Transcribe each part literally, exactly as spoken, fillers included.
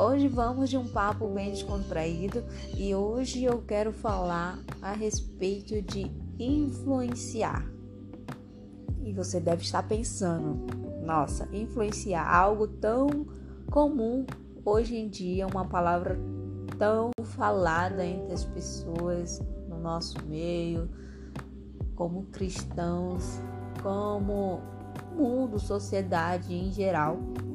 Hoje vamos de um papo bem descontraído e hoje eu quero falar a respeito de influenciar. E você deve estar pensando, nossa, influenciar, algo tão comum hoje em dia, uma palavra tão falada entre as pessoas no nosso meio, como cristãos, como mundo, sociedade em geral.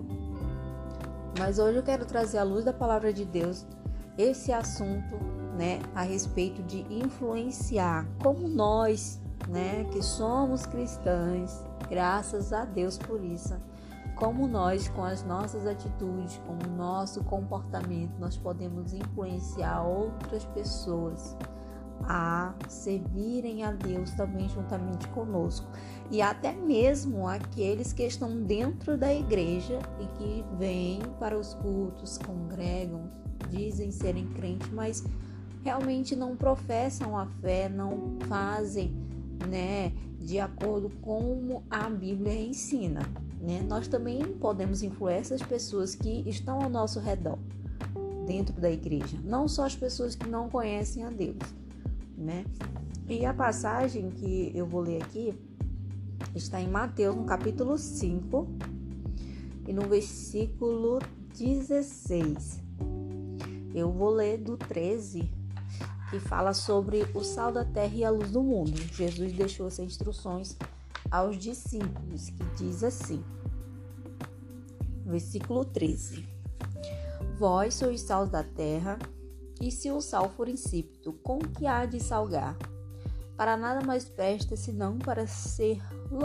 Mas hoje eu quero trazer à luz da palavra de Deus esse assunto, né, a respeito de influenciar, como nós, né, que somos cristãos, graças a Deus por isso, como nós, com as nossas atitudes, com o nosso comportamento, nós podemos influenciar outras pessoas a servirem a Deus também juntamente conosco, e até mesmo aqueles que estão dentro da igreja e que vêm para os cultos, congregam, dizem serem crentes, mas realmente não professam a fé, não fazem, né, de acordo com como a Bíblia ensina, né? Nós também podemos influenciar essas pessoas que estão ao nosso redor, dentro da igreja, não só as pessoas que não conhecem a Deus, né? E a passagem que eu vou ler aqui está em Mateus, no capítulo cinco e no versículo dezesseis. Eu vou ler do treze, que fala sobre o sal da terra e a luz do mundo. Jesus deixou essas instruções aos discípulos, que diz assim, versículo treze: Vós sois sal da terra, e se o sal for insípido, com que há de salgar? Para nada mais presta, senão para ser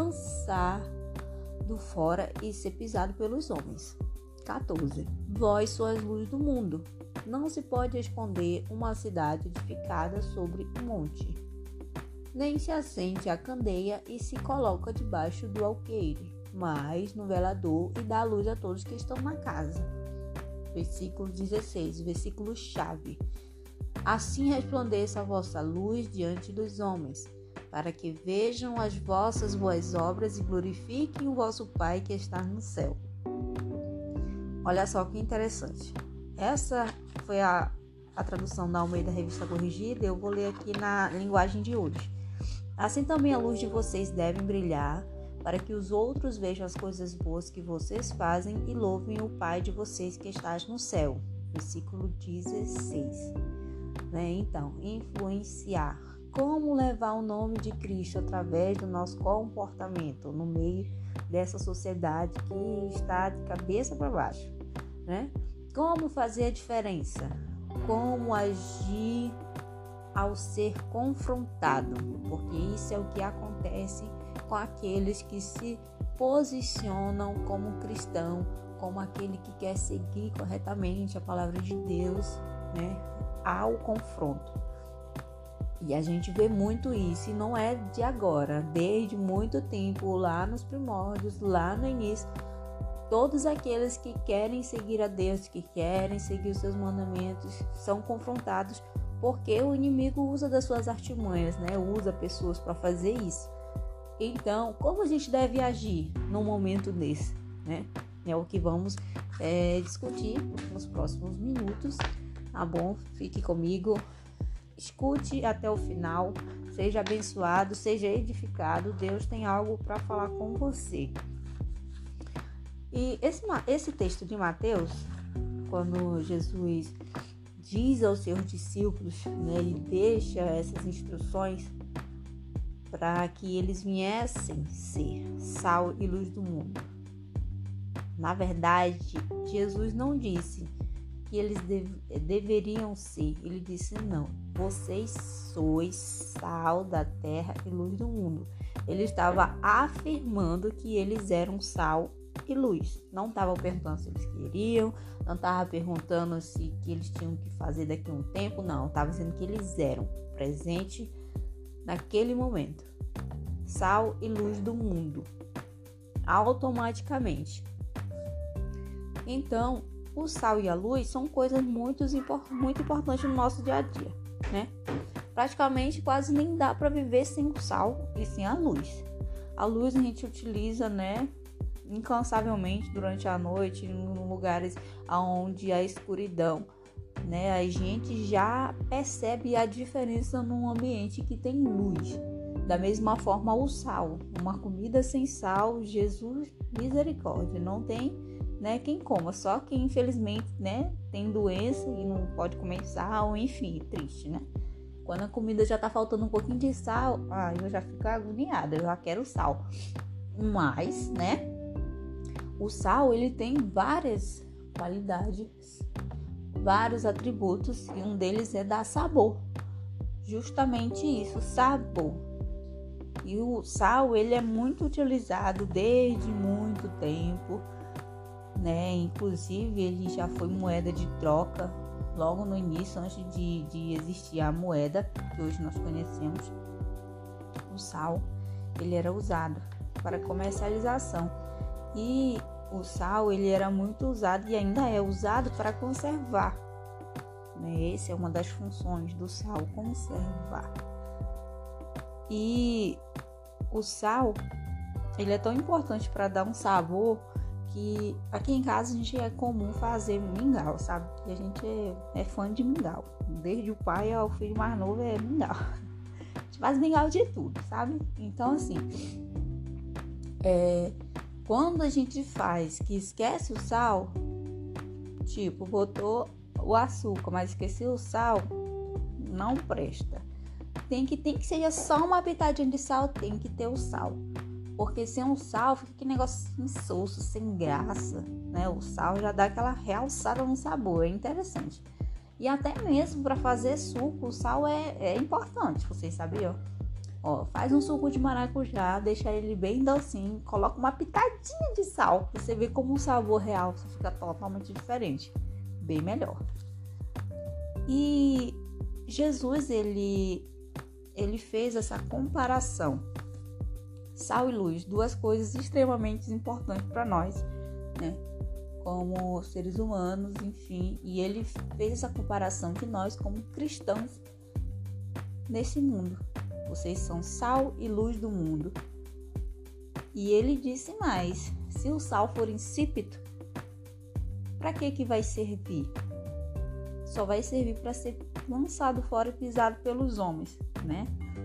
lançado fora e ser pisado pelos homens. quatorze. Vós sois luz do mundo. Não se pode esconder uma cidade edificada sobre um monte. Nem se acende a candeia e se coloca debaixo do alqueire, mas no velador, e dá luz a todos que estão na casa. Versículo dezesseis, versículo chave. Assim resplandeça a vossa luz diante dos homens, para que vejam as vossas boas obras e glorifiquem o vosso Pai que está no céu. Olha só que interessante. Essa foi a, a tradução da Almeida Revista Corrigida. Eu vou ler aqui na linguagem de hoje. Assim também a luz de vocês deve brilhar, para que os outros vejam as coisas boas que vocês fazem e louvem o Pai de vocês que está no céu. Versículo dezesseis. Né? Então, influenciar. Como levar o nome de Cristo através do nosso comportamento no meio dessa sociedade que está de cabeça para baixo, né? Como fazer a diferença? Como agir ao ser confrontado? Porque isso é o que acontece com aqueles que se posicionam como cristão, como aquele que quer seguir corretamente a palavra de Deus, né, ao confronto. E a gente vê muito isso, e não é de agora, desde muito tempo, lá nos primórdios, lá no início, todos aqueles que querem seguir a Deus, que querem seguir os seus mandamentos, são confrontados porque o inimigo usa das suas artimanhas, né, usa pessoas para fazer isso. Então, como a gente deve agir num momento desse, né? É o que vamos é, discutir nos próximos minutos, tá bom? Fique comigo, escute até o final, seja abençoado, seja edificado. Deus tem algo para falar com você. E esse, esse texto de Mateus, quando Jesus diz aos seus discípulos, né, ele deixa essas instruções para que eles viessem ser sal e luz do mundo. Na verdade, Jesus não disse que eles deve, deveriam ser. Ele disse, não, vocês sois sal da terra e luz do mundo. Ele estava afirmando que eles eram sal e luz. Não estava perguntando se eles queriam, não estava perguntando se que eles tinham que fazer daqui a um tempo, não. Estava dizendo que eles eram presente naquele momento. Sal e luz do mundo. Automaticamente. Então, o sal e a luz são coisas muito, muito importantes no nosso dia a dia, né? Praticamente quase nem dá para viver sem o sal e sem a luz. A luz a gente utiliza, né, incansavelmente durante a noite, em lugares onde há escuridão, né? A gente já percebe a diferença num ambiente que tem luz. Da mesma forma, o sal. Uma comida sem sal, Jesus, misericórdia, não tem, né, quem coma. Só quem, infelizmente, né, tem doença e não pode comer sal, enfim, triste, né? Quando a comida já tá faltando um pouquinho de sal, ah, eu já fico agoniada, eu já quero sal. Mas, né, o sal, ele tem várias qualidades, vários atributos, e um deles é dar sabor. Justamente isso, sabor. E o sal, ele é muito utilizado desde muito tempo, né? Inclusive, ele já foi moeda de troca logo no início, antes de, de existir a moeda que hoje nós conhecemos. O sal, ele era usado para comercialização. E o sal, ele era muito usado e ainda é usado para conservar, né? Essa é uma das funções do sal, conservar. E o sal, ele é tão importante para dar um sabor que aqui em casa a gente é comum fazer mingau, sabe? E a gente é, é fã de mingau. Desde o pai ao filho mais novo é mingau. A gente faz mingau de tudo, sabe? Então, assim, é, quando a gente faz que esquece o sal, tipo, botou o açúcar, mas esqueceu o sal, não presta. Tem que, tem que ser só uma pitadinha de sal, tem que ter o sal. Porque sem o sal fica aquele negócio insosso, sem graça, né? O sal já dá aquela realçada no sabor, é interessante. E até mesmo para fazer suco, o sal é, é importante, vocês sabiam? Ó, faz um suco de maracujá, deixa ele bem docinho, coloca uma pitadinha de sal, pra você ver como o sabor real fica totalmente diferente, bem melhor. E Jesus, ele, ele fez essa comparação. Sal e luz, duas coisas extremamente importantes para nós, né? Como seres humanos, enfim. E ele fez essa comparação de nós como cristãos nesse mundo. Vocês são sal e luz do mundo. E ele disse mais: se o sal for insípido, para que que vai servir? Só vai servir para ser lançado fora e pisado pelos homens, né?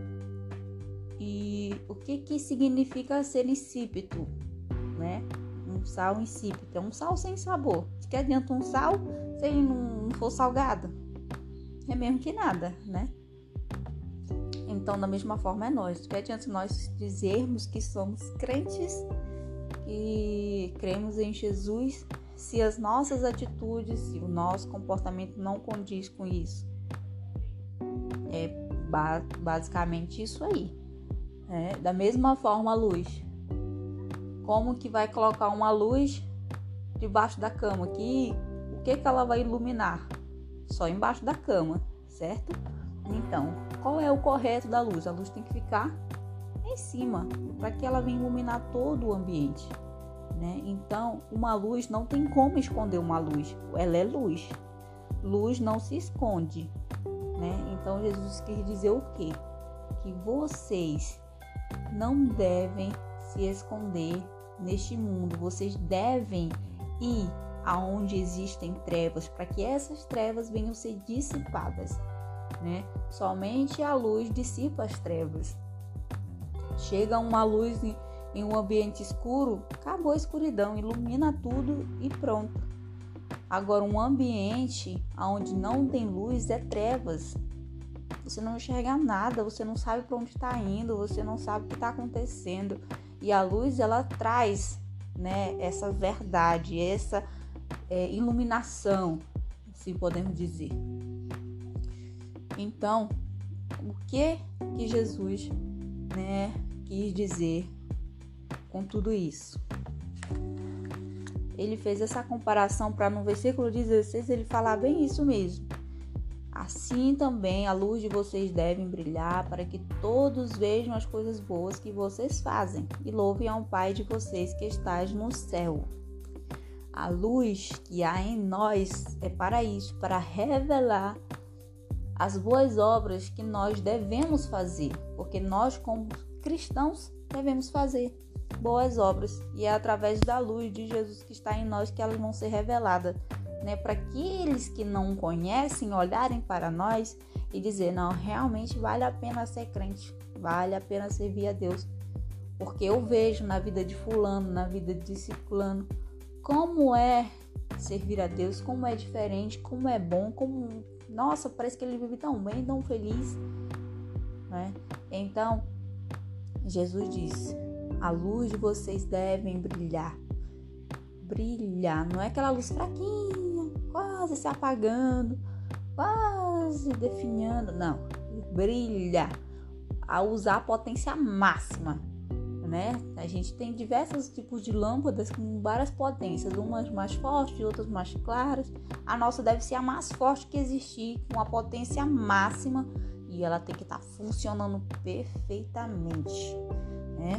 E o que que significa ser insípido, né? Um sal insípido é um sal sem sabor. De que adianta um sal se ele não for salgado? É mesmo que nada, né? Então, da mesma forma é nós. De que adianta nós dizermos que somos crentes, que cremos em Jesus, se as nossas atitudes, se o nosso comportamento não condiz com isso? É ba- basicamente isso aí. É, da mesma forma, a luz. Como que vai colocar uma luz debaixo da cama? Aqui, o que que ela vai iluminar? Só embaixo da cama, certo? Então, qual é o correto da luz? A luz tem que ficar em cima, para que ela venha iluminar todo o ambiente, né? Então, uma luz não tem como esconder uma luz. Ela é luz. Luz não se esconde, né? Então, Jesus quis dizer o quê? Que vocês não devem se esconder neste mundo. Vocês devem ir aonde existem trevas, para que essas trevas venham ser dissipadas, né? Somente a luz dissipa as trevas. Chega uma luz em, em um ambiente escuro, acabou a escuridão, ilumina tudo e pronto. Agora, um ambiente onde não tem luz é trevas. Você não enxerga nada, você não sabe para onde está indo, você não sabe o que está acontecendo. E a luz, ela traz, né, essa verdade, essa é, iluminação, se podemos dizer. Então, o que que Jesus, né, quis dizer com tudo isso? Ele fez essa comparação para no versículo dezesseis ele falar bem isso mesmo. Assim também a luz de vocês deve brilhar, para que todos vejam as coisas boas que vocês fazem e louvem ao Pai de vocês que está no céu. A luz que há em nós é para isso, para revelar as boas obras que nós devemos fazer, porque nós, como cristãos, devemos fazer boas obras. E é através da luz de Jesus que está em nós que elas vão ser reveladas, né? Para aqueles que não conhecem olharem para nós e dizer, não, realmente vale a pena ser crente, vale a pena servir a Deus. Porque eu vejo na vida de fulano, na vida de ciclano, como é servir a Deus, como é diferente, como é bom, como, nossa, parece que ele vive tão bem, tão feliz, né? Então, Jesus disse, a luz de vocês devem brilhar. Brilhar, não é aquela luz fraquinha, quase se apagando, quase definhando, não. Brilha, a usar a potência máxima, né? A gente tem diversos tipos de lâmpadas com várias potências, umas mais fortes, outras mais claras. A nossa deve ser a mais forte que existir, com a potência máxima, e ela tem que estar funcionando perfeitamente, né?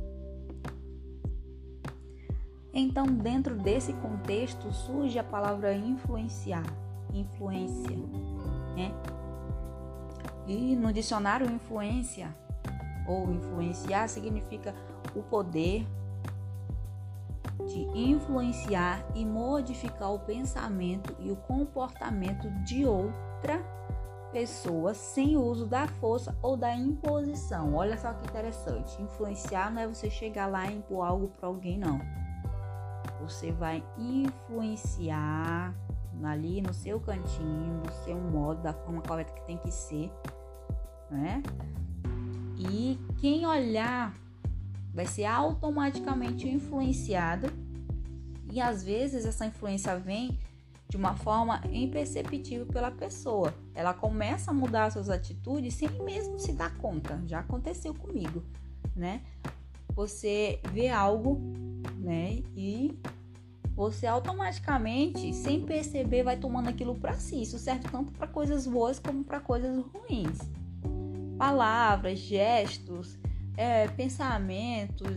Então, dentro desse contexto, surge a palavra influenciar, influência, né? E no dicionário, influência ou influenciar significa o poder de influenciar e modificar o pensamento e o comportamento de outra pessoa sem o uso da força ou da imposição. Olha só que interessante, influenciar não é você chegar lá e impor algo para alguém, não. Você vai influenciar ali no seu cantinho, no seu modo, da forma correta que tem que ser, né? E quem olhar vai ser automaticamente influenciado, e às vezes essa influência vem de uma forma imperceptível pela pessoa. Ela começa a mudar suas atitudes sem mesmo se dar conta. Já aconteceu comigo, né? Você vê algo, né? E você automaticamente, sem perceber, vai tomando aquilo para si. Isso serve tanto para coisas boas como para coisas ruins. Palavras, gestos, é, pensamentos,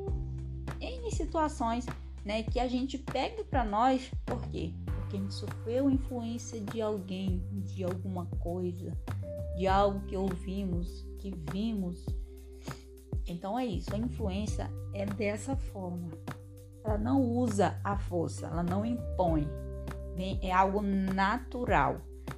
N situações, né, que a gente pega para nós. Por quê? Porque a gente sofreu influência de alguém, de alguma coisa, de algo que ouvimos, que vimos. Então é isso, a influência é dessa forma. Ela não usa a força, ela não impõe, é algo natural.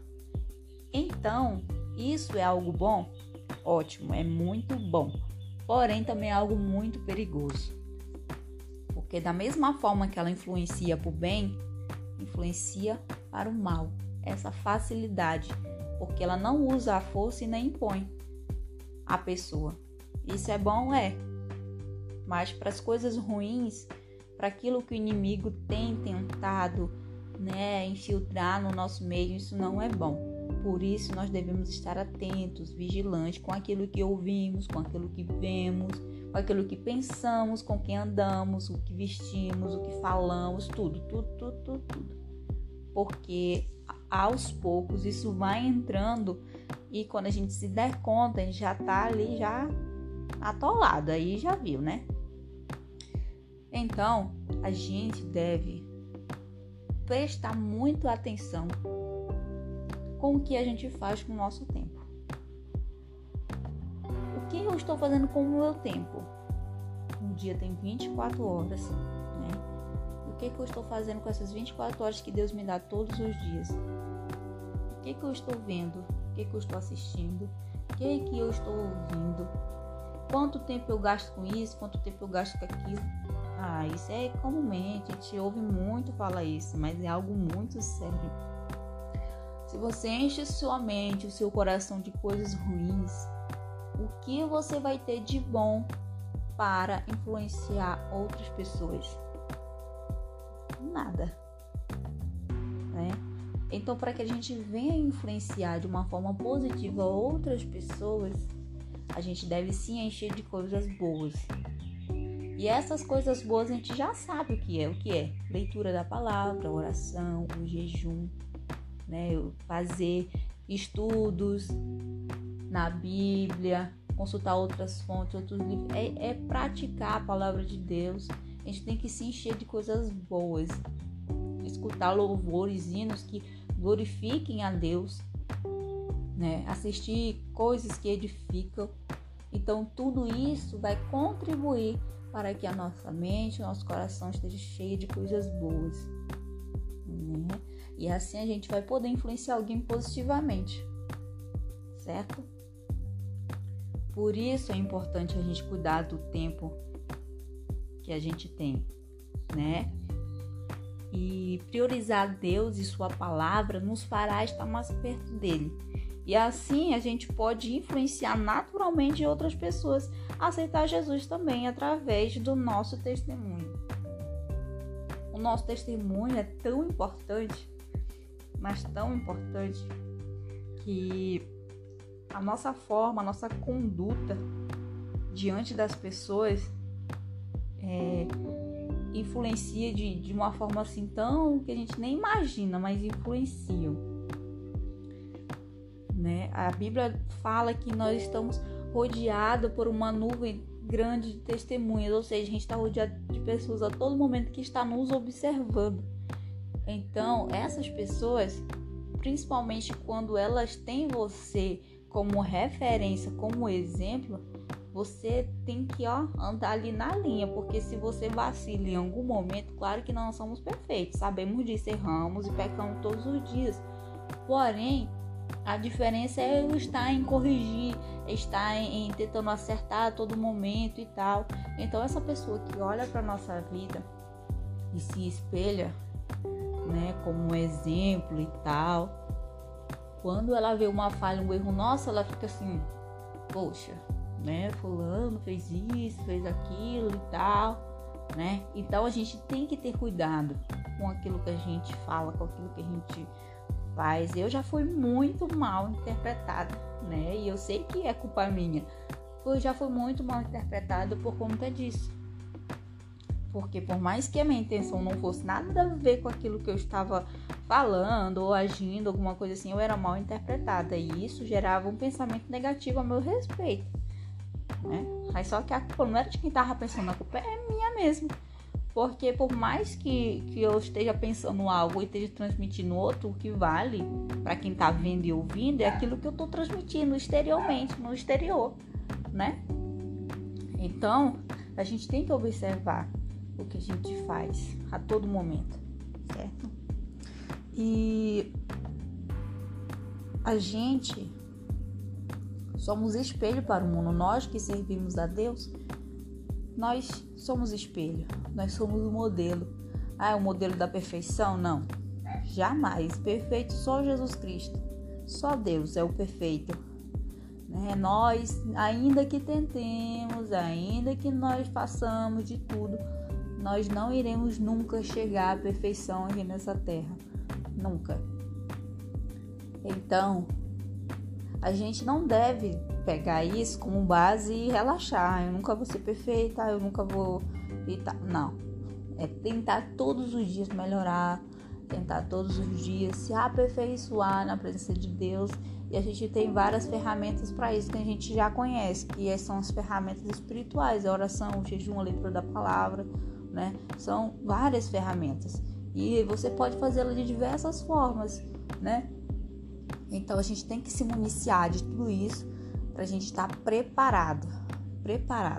Então, isso é algo bom? Ótimo, é muito bom. Porém, também é algo muito perigoso. Porque da mesma forma que ela influencia para o bem, influencia para o mal. Essa facilidade, porque ela não usa a força e nem impõe a pessoa. Isso é bom, é. Mas para as coisas ruins, para aquilo que o inimigo tem tentado, né, infiltrar no nosso meio, isso não é bom. Por isso nós devemos estar atentos, vigilantes com aquilo que ouvimos, com aquilo que vemos, com aquilo que pensamos, com quem andamos, o que vestimos, o que falamos, tudo, tudo, tudo, tudo, tudo. Porque aos poucos isso vai entrando e quando a gente se der conta, a gente já tá ali já atolado, aí já viu, né? Então, a gente deve prestar muito atenção com o que a gente faz com o nosso tempo. O que eu estou fazendo com o meu tempo? Um dia tem vinte e quatro horas, né? O que, que eu estou fazendo com essas vinte e quatro horas que Deus me dá todos os dias? O que, que eu estou vendo? O que, que eu estou assistindo? O que, que eu estou ouvindo? Quanto tempo eu gasto com isso? Quanto tempo eu gasto com aquilo? Ah, isso é comumente, a gente ouve muito falar isso, mas é algo muito sério. Se você enche sua mente, o seu coração de coisas ruins, o que você vai ter de bom para influenciar outras pessoas? Nada, né? Então, para que a gente venha influenciar de uma forma positiva outras pessoas, a gente deve se encher de coisas boas. E essas coisas boas a gente já sabe o que é. O que é? Leitura da palavra, oração, o jejum, né? Fazer estudos na Bíblia, consultar outras fontes, outros livros. É, é praticar a palavra de Deus. A gente tem que se encher de coisas boas. Escutar louvores, hinos que glorifiquem a Deus, né? Assistir coisas que edificam. Então, tudo isso vai contribuir para que a nossa mente, o nosso coração esteja cheio de coisas boas, né? E assim a gente vai poder influenciar alguém positivamente, certo? Por isso é importante a gente cuidar do tempo que a gente tem, né? E priorizar Deus e sua palavra nos fará estar mais perto dele. E assim a gente pode influenciar naturalmente outras pessoas a aceitar Jesus também através do nosso testemunho. O nosso testemunho é tão importante, mas tão importante, que a nossa forma, a nossa conduta diante das pessoas é, influencia de, de uma forma assim tão que a gente nem imagina, mas influenciam, né? A Bíblia fala que nós estamos rodeados por uma nuvem grande de testemunhas, ou seja, a gente está rodeado de pessoas a todo momento que está nos observando. Então, essas pessoas, principalmente quando elas têm você como referência, como exemplo, você tem que ó, andar ali na linha, porque se você vacila em algum momento, claro que não somos perfeitos, sabemos disso, erramos e pecamos todos os dias. Porém, a diferença é eu estar em corrigir, estar em, em tentando acertar a todo momento e tal. Então, essa pessoa que olha para nossa vida e se espelha, né, como um exemplo e tal, quando ela vê uma falha, um erro nosso, ela fica assim, poxa, né, fulano fez isso, fez aquilo e tal, né? Então a gente tem que ter cuidado com aquilo que a gente fala, com aquilo que a gente faz. Eu já fui muito mal interpretada, né? E eu sei que é culpa minha. Eu já fui muito mal interpretada por conta disso. Porque por mais que a minha intenção não fosse nada a ver com aquilo que eu estava falando ou agindo, alguma coisa assim, eu era mal interpretada. E isso gerava um pensamento negativo a meu respeito, né? Mas só que a culpa não era de quem estava pensando, a culpa é minha mesmo. Porque por mais que, que eu esteja pensando algo e esteja transmitindo outro, o que vale para quem está vendo e ouvindo é aquilo que eu estou transmitindo exteriormente, no exterior, né? Então, a gente tem que observar o que a gente faz a todo momento, certo? E a gente somos espelho para o mundo. Nós que servimos a Deus, nós somos espelho, nós somos o modelo. Ah, é o modelo da perfeição? Não, jamais. Perfeito só Jesus Cristo, só Deus é o perfeito, né? Nós, ainda que tentemos, ainda que nós façamos de tudo, nós não iremos nunca chegar à perfeição aqui nessa terra, nunca. Então, a gente não deve pegar isso como base e relaxar. Eu nunca vou ser perfeita, eu nunca vou... Não, é tentar todos os dias melhorar, tentar todos os dias se aperfeiçoar na presença de Deus. E a gente tem várias ferramentas para isso que a gente já conhece, que são as ferramentas espirituais, a oração, o jejum, a leitura da palavra, né? São várias ferramentas e você pode fazê-la de diversas formas, né? Então a gente tem que se municiar de tudo isso para a gente estar preparado, preparado.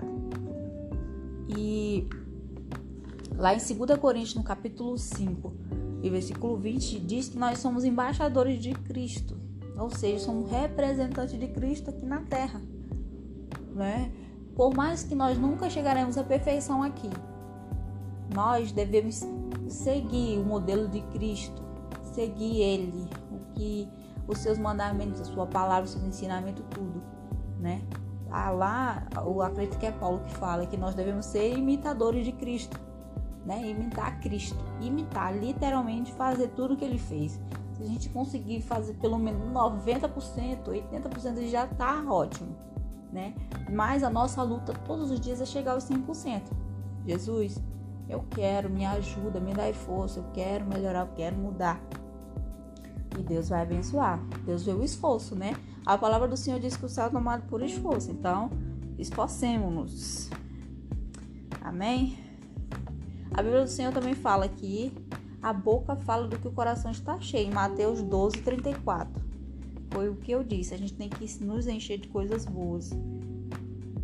E lá em dois Coríntios, no capítulo cinco, e versículo vinte, diz que nós somos embaixadores de Cristo, ou seja, somos representantes de Cristo aqui na terra, né? Por mais que nós nunca chegaremos à perfeição aqui, nós devemos seguir o modelo de Cristo, seguir Ele, o que, os seus mandamentos, a sua palavra, o seu ensinamento, tudo, né? Ah, lá, eu acredito que é Paulo que fala que nós devemos ser imitadores de Cristo, né? Imitar Cristo, imitar, literalmente fazer tudo o que Ele fez. Se a gente conseguir fazer pelo menos noventa por cento, oitenta por cento, já tá ótimo, né? Mas a nossa luta todos os dias é chegar aos cem por cento. Jesus, eu quero, me ajuda, me dá força, eu quero melhorar, eu quero mudar. E Deus vai abençoar. Deus vê o esforço, né? A palavra do Senhor diz que o céu é tomado por esforço. Então, esforcemos-nos. Amém? A Bíblia do Senhor também fala que a boca fala do que o coração está cheio. Em Mateus doze, trinta e quatro. Foi o que eu disse. A gente tem que nos encher de coisas boas, né?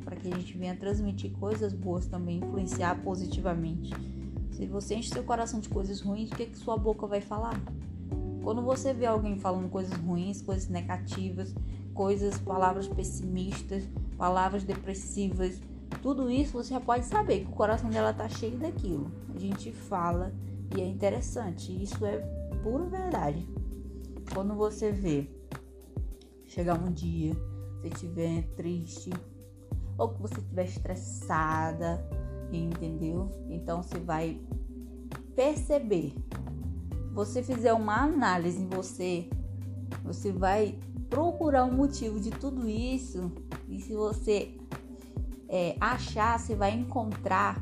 para que a gente venha transmitir coisas boas também, influenciar positivamente. Se você enche seu coração de coisas ruins, o que, que sua boca vai falar? Quando você vê alguém falando coisas ruins, coisas negativas, coisas, palavras pessimistas, palavras depressivas, tudo isso você já pode saber que o coração dela tá cheio daquilo. A gente fala e é interessante, isso é pura verdade. Quando você vê chegar um dia, você estiver triste, ou que você estiver estressada, entendeu? Então você vai perceber. Se você fizer uma análise em você, você vai procurar um motivo de tudo isso. E se você é, achar, você vai encontrar,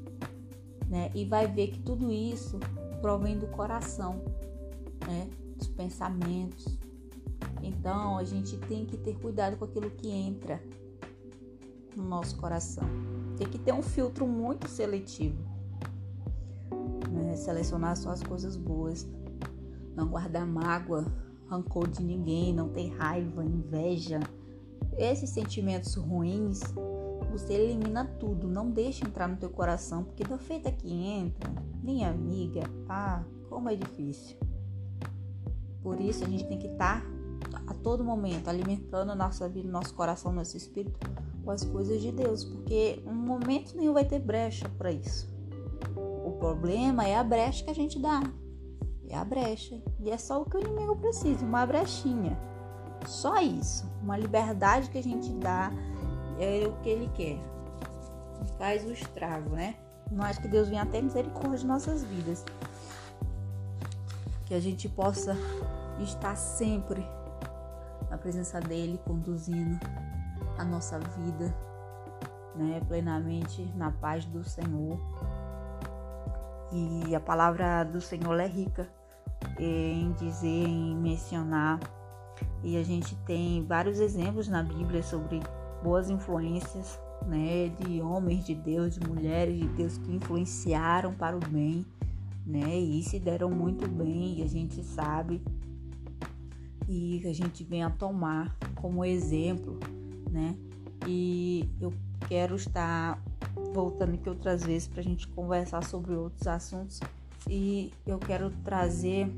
né? E vai ver que tudo isso provém do coração, né? Dos pensamentos. Então a gente tem que ter cuidado com aquilo que entra no nosso coração. Tem que ter um filtro muito seletivo, né? Selecionar só as coisas boas, não guardar mágoa, rancor de ninguém, não ter raiva, inveja. Esses sentimentos ruins, você elimina tudo, não deixa entrar no teu coração, porque da feita que entra, minha amiga, ah, como é difícil. Por isso a gente tem que estar a todo momento alimentando a nossa vida, nosso coração, nosso espírito com as coisas de Deus, porque um momento nenhum vai ter brecha para isso. O problema é a brecha que a gente dá, é a brecha, e é só o que o inimigo precisa, uma brechinha, só isso, uma liberdade que a gente dá, é o que ele quer, faz o estrago, né? Não acho que Deus venha até misericórdia de nossas vidas, que a gente possa estar sempre na presença dele, conduzindo a nossa vida, né, plenamente na paz do Senhor. E a palavra do Senhor é rica em dizer, em mencionar, e a gente tem vários exemplos na Bíblia sobre boas influências, né, de homens de Deus, de mulheres de Deus que influenciaram para o bem, né, e se deram muito bem, e a gente sabe, e a gente vem a tomar como exemplo, né? E eu quero estar voltando aqui outras vezes para a gente conversar sobre outros assuntos, e eu quero trazer,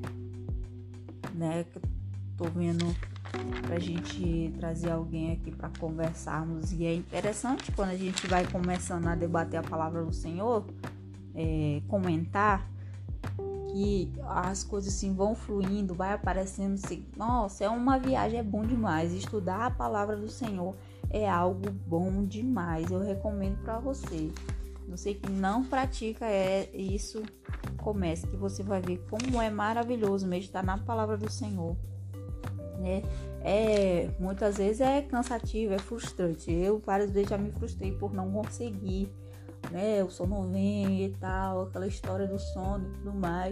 né, que eu tô vendo pra gente trazer alguém aqui para conversarmos, e é interessante quando a gente vai começando a debater a palavra do Senhor, é, comentar, que as coisas assim vão fluindo, vai aparecendo assim, nossa, é uma viagem, é bom demais, estudar a palavra do Senhor é algo bom demais, eu recomendo para você. Você que não pratica é isso, comece, que você vai ver como é maravilhoso meditar na palavra do Senhor, né? É, muitas vezes é cansativo, é frustrante, eu várias vezes já me frustrei por não conseguir, né, o sono vem e tal, aquela história do sono e tudo mais,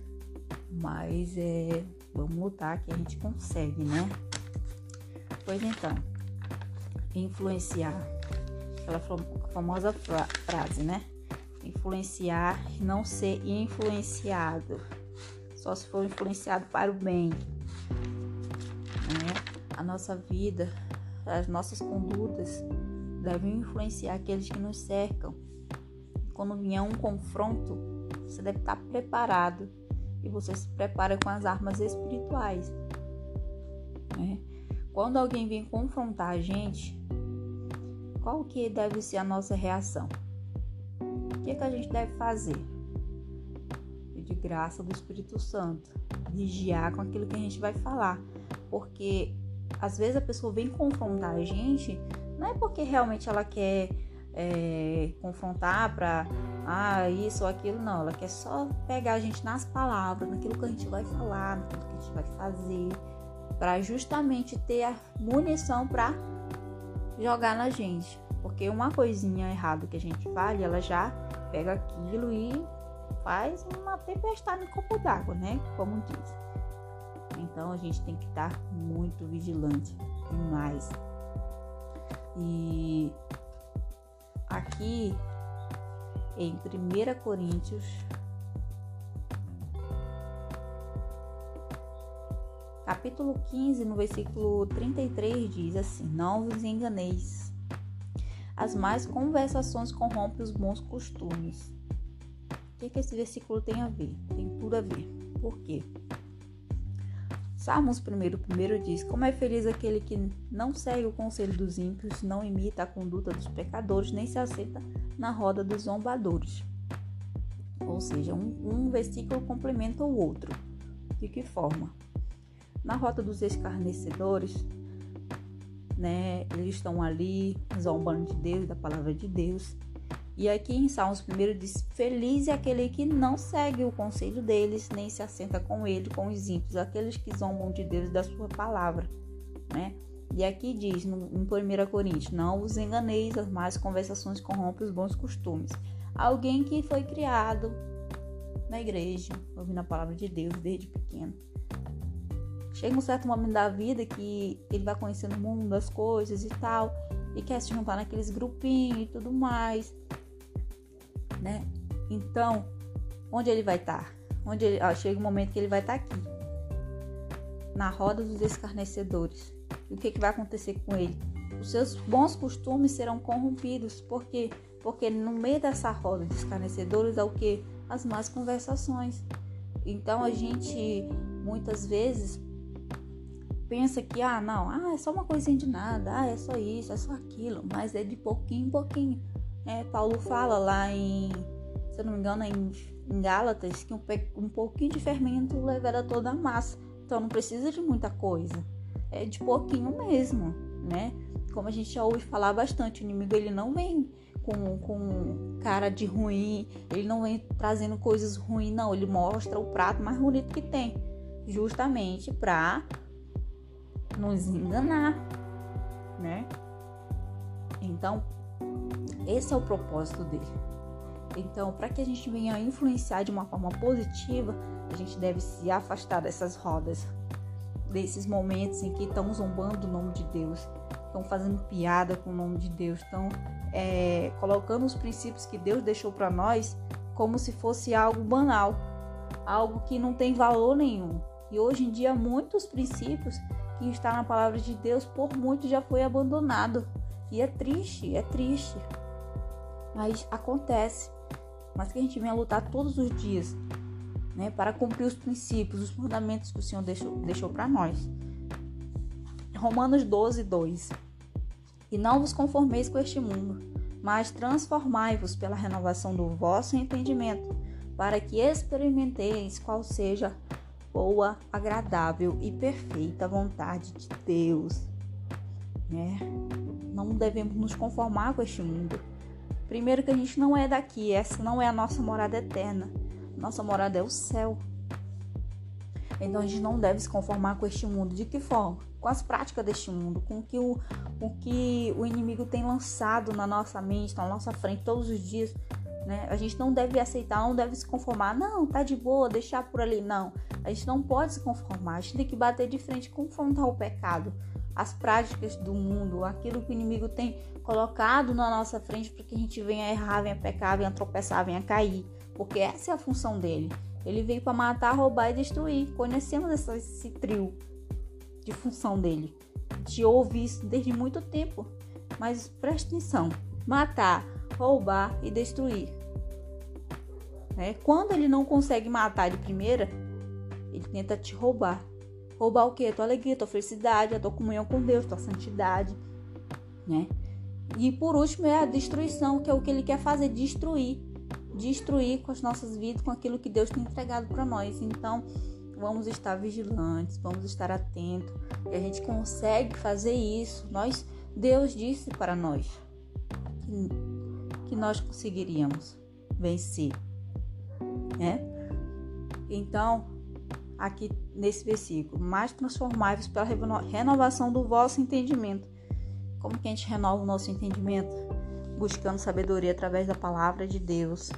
mas é, vamos lutar que a gente consegue, né? Pois então, influenciar, aquela famosa fra- frase, né? Influenciar e não ser influenciado, só se for influenciado para o bem, né? A nossa vida, as nossas condutas devem influenciar aqueles que nos cercam. Quando vier um confronto, você deve estar preparado, e você se prepara com as armas espirituais, né? Quando alguém vem confrontar a gente, qual que deve ser a nossa reação? O que, que a gente deve fazer? Pedir graça do Espírito Santo, vigiar com aquilo que a gente vai falar, porque às vezes a pessoa vem confrontar a gente, não é porque realmente ela quer É, confrontar para ah, isso ou aquilo, não, ela quer só pegar a gente nas palavras, naquilo que a gente vai falar, naquilo que a gente vai fazer, para justamente ter a munição para jogar na gente, porque uma coisinha errada que a gente fale, ela já pega aquilo e faz uma tempestade no copo d'água, né, como diz. Então a gente tem que estar muito vigilante demais. E aqui em primeira Coríntios, capítulo quinze, no versículo trinta e três, diz assim: não vos enganeis, as más conversações corrompem os bons costumes. O que, que esse versículo tem a ver? Tem tudo a ver. Por quê? Salmos primeiro, primeiro diz: como é feliz aquele que não segue o conselho dos ímpios, não imita a conduta dos pecadores, nem se assenta na roda dos zombadores. Ou seja, um, um versículo complementa o outro. De que forma? Na rota dos escarnecedores, né, eles estão ali zombando de Deus, da palavra de Deus. E aqui em Salmos primeiro diz: feliz é aquele que não segue o conselho deles, nem se assenta com ele, com os ímpios, aqueles que zombam de Deus e da sua palavra, né? E aqui diz, no, em primeira Coríntios: não vos enganeis, as más conversações corrompem os bons costumes. Alguém que foi criado na igreja, ouvindo a palavra de Deus desde pequeno, chega um certo momento da vida que ele vai conhecendo o mundo, as coisas e tal, e quer se juntar naqueles grupinhos e tudo mais, né? Então, onde ele vai estar? Onde ele, ó, chega um momento que ele vai estar aqui, na roda dos escarnecedores. E o que, que vai acontecer com ele? Os seus bons costumes serão corrompidos. Por quê? Porque no meio dessa roda de escarnecedores é o que? As más conversações. Então a gente muitas vezes pensa que, ah, não, ah, é só uma coisinha de nada, ah, é só isso, é só aquilo, mas é de pouquinho em pouquinho. É, Paulo fala lá em, se eu não me engano, é em, em Gálatas, que um, um pouquinho de fermento levera toda a massa. Então não precisa de muita coisa, é de pouquinho mesmo, né? Como a gente já ouve falar bastante, o inimigo ele não vem com, com cara de ruim, ele não vem trazendo coisas ruins, não, ele mostra o prato mais bonito que tem, justamente para nos enganar, né? Então, esse é o propósito dele. Então, para que a gente venha influenciar de uma forma positiva, a gente deve se afastar dessas rodas, desses momentos em que estão zombando do nome de Deus, estão fazendo piada com o nome de Deus, estão é, colocando os princípios que Deus deixou para nós como se fosse algo banal, algo que não tem valor nenhum. E hoje em dia, muitos princípios que está na palavra de Deus, por muito já foi abandonado. E é triste, é triste. Mas acontece. Mas que a gente venha lutar todos os dias, né, para cumprir os princípios, os fundamentos que o Senhor deixou, deixou para nós. Romanos doze, dois. E não vos conformeis com este mundo, mas transformai-vos pela renovação do vosso entendimento, para que experimenteis qual seja boa, agradável e perfeita vontade de Deus, né? Não devemos nos conformar com este mundo. Primeiro que a gente não é daqui, essa não é a nossa morada eterna. Nossa morada é o céu. Então a gente não deve se conformar com este mundo. De que forma? Com as práticas deste mundo, com o que o, o, que o inimigo tem lançado na nossa mente, na nossa frente todos os dias, né? A gente não deve aceitar, não deve se conformar. Não, tá de boa, deixar por ali. Não, a gente não pode se conformar. A gente tem que bater de frente, confrontar o pecado, as práticas do mundo, aquilo que o inimigo tem colocado na nossa frente para que a gente venha errar, venha pecar, venha tropeçar, venha cair. Porque essa é a função dele. Ele veio para matar, roubar e destruir. Conhecemos essa, esse trio de função dele. A gente ouve isso desde muito tempo. Mas preste atenção. Matar, roubar e destruir. Né? Quando ele não consegue matar de primeira, ele tenta te roubar. Roubar o quê? Tua alegria, tua felicidade, a tua comunhão com Deus, tua santidade, né? E por último é a destruição, que é o que ele quer fazer, destruir. Destruir com as nossas vidas, com aquilo que Deus tem entregado para nós. Então, vamos estar vigilantes, vamos estar atentos. E a gente consegue fazer isso. Nós, Deus disse para nós que, que nós conseguiríamos vencer, né? Então, aqui nesse versículo, mas transformai-vos pela renovação do vosso entendimento. Como que a gente renova o nosso entendimento? Buscando sabedoria através da palavra de Deus.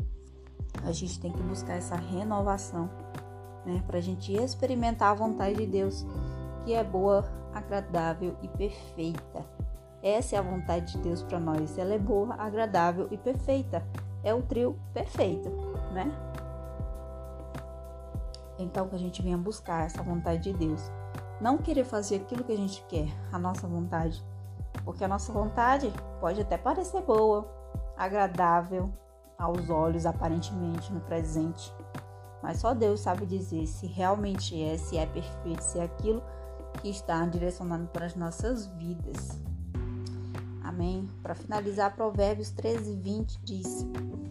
A gente tem que buscar essa renovação, né, para a gente experimentar a vontade de Deus, que é boa, agradável e perfeita. Essa é a vontade de Deus para nós. Ela é boa, agradável e perfeita. É o trio perfeito, né? Então que a gente venha buscar essa vontade de Deus. Não querer fazer aquilo que a gente quer, a nossa vontade, Porque a nossa vontade pode até parecer boa, agradável aos olhos, aparentemente, no presente. Mas só Deus sabe dizer se realmente é, se é perfeito, se é aquilo que está direcionado para as nossas vidas. Amém? Para finalizar, Provérbios treze, vinte diz: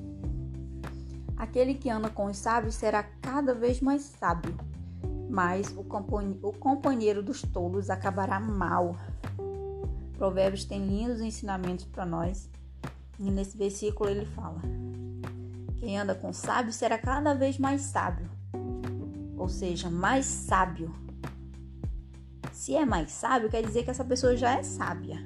aquele que anda com os sábios será cada vez mais sábio, mas o companheiro dos tolos acabará mal. Provérbios tem lindos ensinamentos para nós. E nesse versículo ele fala: quem anda com sábio será cada vez mais sábio. Ou seja, mais sábio. Se é mais sábio, quer dizer que essa pessoa já é sábia.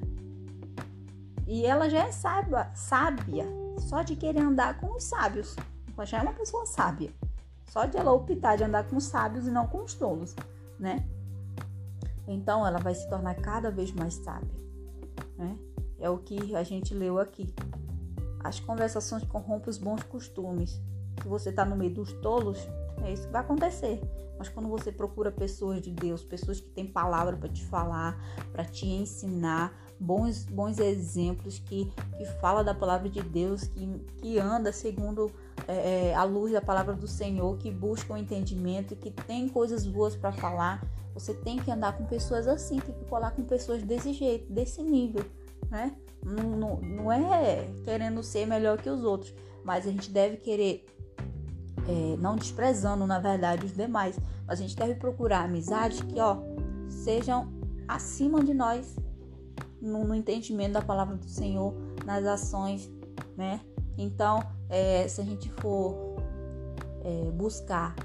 E ela já é sábia, sábia só de querer andar com os sábios. Ela já é uma pessoa sábia. Só de ela optar de andar com os sábios e não com os tolos, né? Então ela vai se tornar cada vez mais sábia, né? É o que a gente leu aqui. As conversações corrompem os bons costumes. Se você está no meio dos tolos, é isso que vai acontecer. Mas quando você procura pessoas de Deus, pessoas que têm palavra para te falar, para te ensinar, bons, bons exemplos que, que fala da palavra de Deus, que, que anda segundo é, a luz da palavra do Senhor, que busca o entendimento, que tem coisas boas para falar, você tem que andar com pessoas assim, tem que colar com pessoas desse jeito, desse nível, né? Não, não, não é querendo ser melhor que os outros, mas a gente deve querer, é, não desprezando na verdade os demais, mas a gente deve procurar amizades que ó, sejam acima de nós no, no entendimento da palavra do Senhor, nas ações, né? Então, é, se a gente for é, buscar,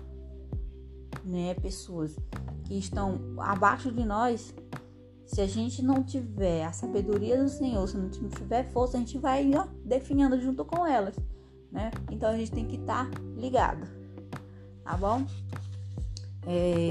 né, pessoas que estão abaixo de nós, se a gente não tiver a sabedoria do Senhor, se a gente não tiver força, a gente vai ó, definhando junto com elas, né? Então a gente tem que estar tá ligado, tá bom? É...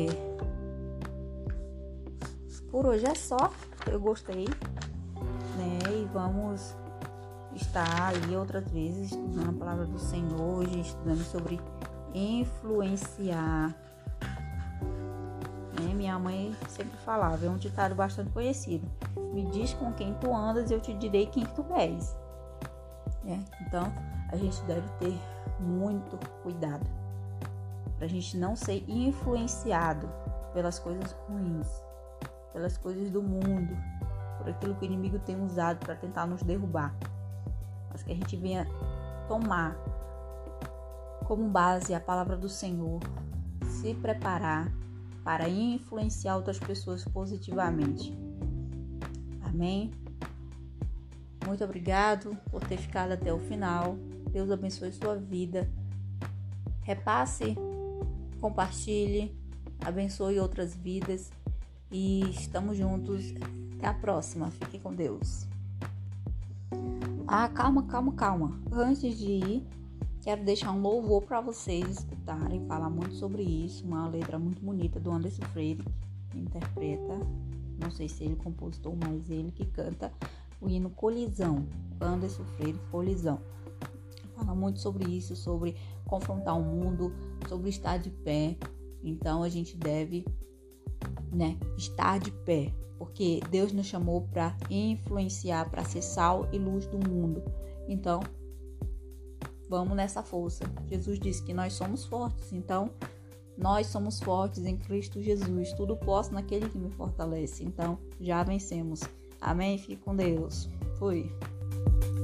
Por hoje é só. Eu gostei, né? E vamos estar aí outras vezes estudando a palavra do Senhor, hoje estudando sobre influenciar. Minha mãe sempre falava, é um ditado bastante conhecido: me diz com quem tu andas e eu te direi quem tu és. É, então a gente deve ter muito cuidado para a gente não ser influenciado pelas coisas ruins, pelas coisas do mundo, por aquilo que o inimigo tem usado para tentar nos derrubar, mas que a gente venha tomar como base a palavra do Senhor, se preparar para influenciar outras pessoas positivamente. Amém? Muito obrigado por ter ficado até o final. Deus abençoe sua vida. Repasse, compartilhe, abençoe outras vidas. E estamos juntos. Até a próxima. Fique com Deus. Ah, calma, calma, calma. Antes de ir, quero deixar um louvor para vocês escutarem, falar muito sobre isso. Uma letra muito bonita do Anderson Freire, que interpreta, não sei se ele é compositor, mas ele que canta o hino Colisão. Anderson Freire, Colisão. Fala muito sobre isso, sobre confrontar o mundo, sobre estar de pé. Então a gente deve, né, estar de pé, porque Deus nos chamou para influenciar, para ser sal e luz do mundo. Então, vamos nessa força. Jesus disse que nós somos fortes, então nós somos fortes em Cristo Jesus. Tudo posso naquele que me fortalece. Então, já vencemos. Amém? Fique com Deus. Fui.